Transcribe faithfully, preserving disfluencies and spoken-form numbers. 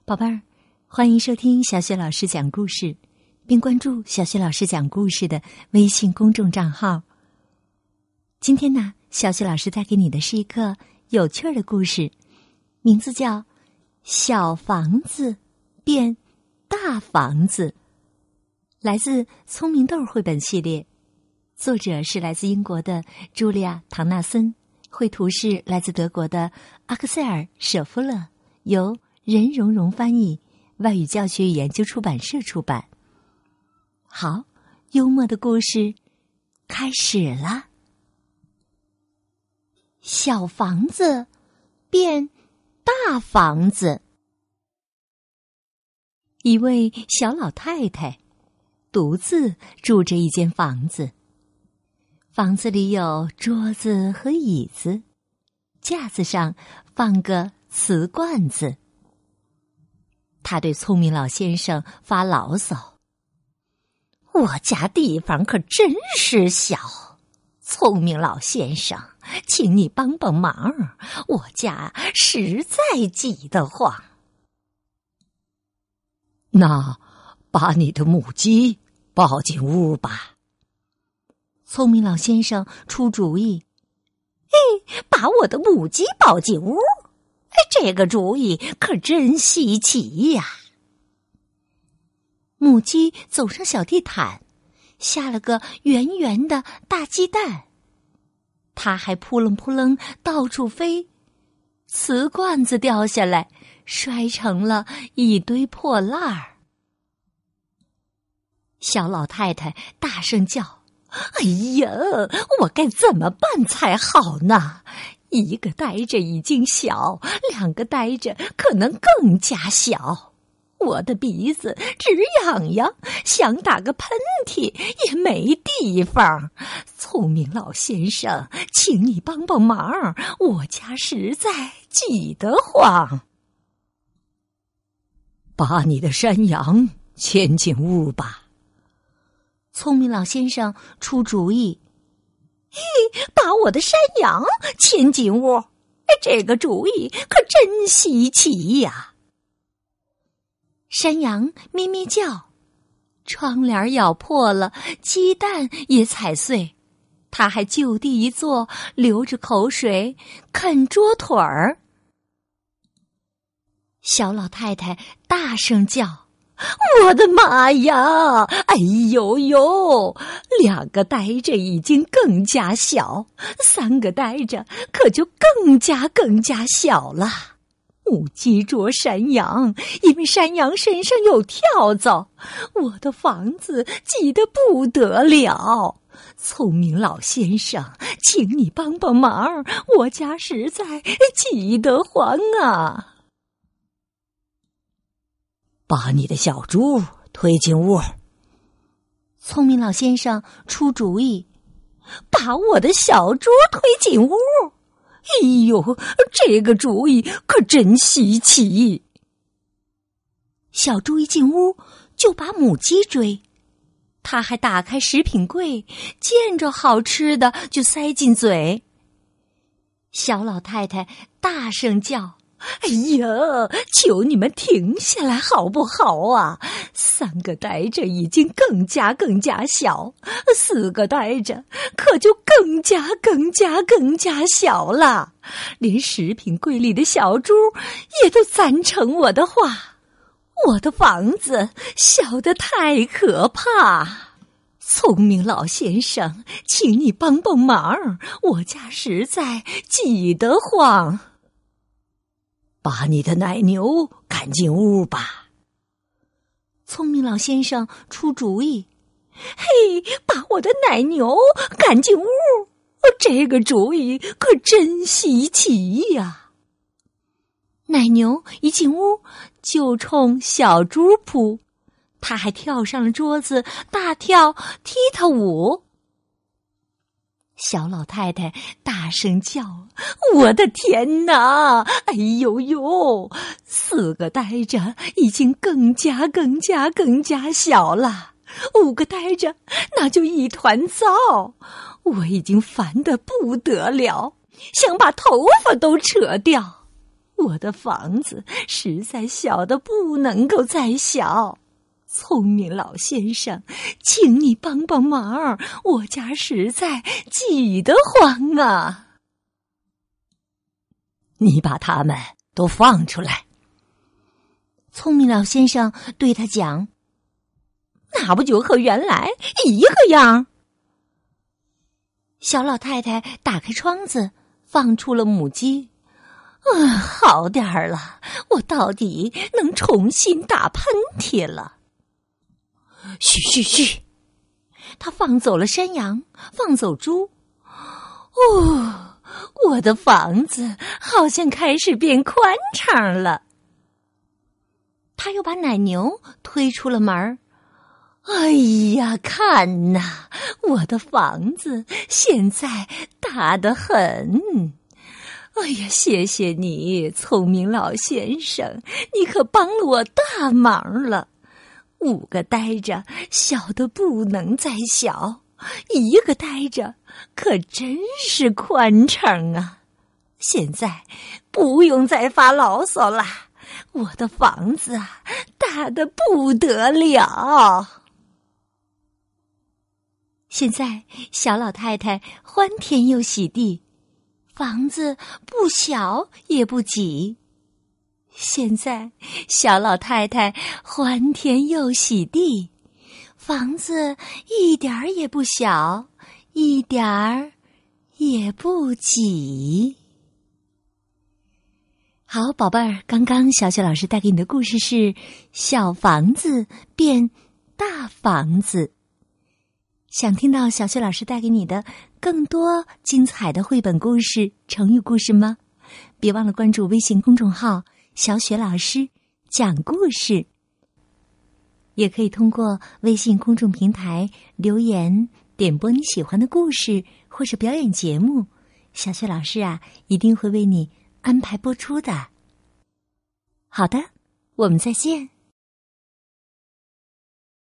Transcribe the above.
宝贝儿，欢迎收听小雪老师讲故事，并关注小雪老师讲故事的微信公众账号。今天呢，小雪老师带给你的是一个有趣的故事，名字叫《小房子变大房子》，来自聪明豆绘本系列，作者是来自英国的茱莉亚·唐纳森，绘图是来自德国的阿克塞尔·舍夫勒，由任蓉蓉翻译，外语教学与研究出版社出版。好，幽默的故事开始了。小房子变大房子。一位小老太太独自住着一间房子，房子里有桌子和椅子，架子上放个瓷罐子。他对聪明老先生发牢骚：我家地方可真是小，聪明老先生，请你帮帮忙，我家实在挤得慌。 那把你的母鸡抱进屋吧。 聪明老先生出主意。嘿，把我的母鸡抱进屋？哎，这个主意可真稀奇呀！母鸡走上小地毯，下了个圆圆的大鸡蛋，它还扑棱扑棱到处飞，瓷罐子掉下来，摔成了一堆破烂儿。小老太太大声叫：哎呀，我该怎么办才好呢？一个呆着已经小，两个呆着可能更加小。我的鼻子直痒痒，想打个喷嚏也没地方。聪明老先生，请你帮帮忙，我家实在挤得慌。 把你的山羊牵进屋吧。 聪明老先生出主意。嘿，把我的山羊牵进屋，这个主意可真稀奇呀！山羊咩咩叫，窗帘咬破了，鸡蛋也踩碎，它还就地一坐，流着口水啃桌腿儿。小老太太大声叫：我的妈呀！哎呦呦！两个呆着已经更加小，三个呆着可就更加更加小了。母鸡捉山羊，因为山羊身上有跳蚤，我的房子挤得不得了。聪明老先生，请你帮帮忙，我家实在挤得慌啊！ 把你的小猪推进屋。 聪明老先生出主意。把我的小猪推进屋？哎呦，这个主意可真稀奇。小猪一进屋就把母鸡追，他还打开食品柜，见着好吃的就塞进嘴。小老太太大声叫：哎呀，求你们停下来好不好啊！三个呆着已经更加更加小，四个呆着可就更加更加更加小了。连食品柜里的小猪也都赞成我的话，我的房子小得太可怕。聪明老先生，请你帮帮忙，我家实在挤得慌。 把你的奶牛赶进屋吧。 聪明老先生出主意。嘿，把我的奶牛赶进屋，这个主意可真稀奇呀！奶牛一进屋就冲小猪扑，他还跳上了桌子，大跳踢踏舞。小老太太大声叫：我的天哪！哎呦呦！四个呆着已经更加更加更加小了，五个呆着那就一团糟。我已经烦得不得了，想把头发都扯掉。 我的房子实在小得不能够再小，聪明老先生，请你帮帮忙，我家实在挤得慌啊！ 你把它们都放出来。 聪明老先生对他讲，那不就和原来一个样？小老太太打开窗子，放出了母鸡。啊，好点儿了，我到底能重新打喷嚏了。嘘嘘嘘，他放走了山羊，放走猪。哦，我的房子好像开始变宽敞了。他又把奶牛推出了门儿。哎呀，看呐，我的房子现在大得很。哎呀，谢谢你，聪明老先生，你可帮了我大忙了。五个呆着，小的不能再小；一个呆着，可真是宽敞啊！现在不用再发牢骚啦，我的房子啊，大得不得了。现在小老太太欢天又喜地，房子不小也不挤。现在小老太太欢天又喜地，房子一点儿也不小，一点儿也不挤。好，宝贝儿，刚刚小雪老师带给你的故事是小房子变大房子。想听到小雪老师带给你的更多精彩的绘本故事、成语故事吗？别忘了关注微信公众号小雪老师讲故事，也可以通过微信公众平台留言点播你喜欢的故事或是表演节目，小雪老师啊一定会为你安排播出的。好的，我们再见。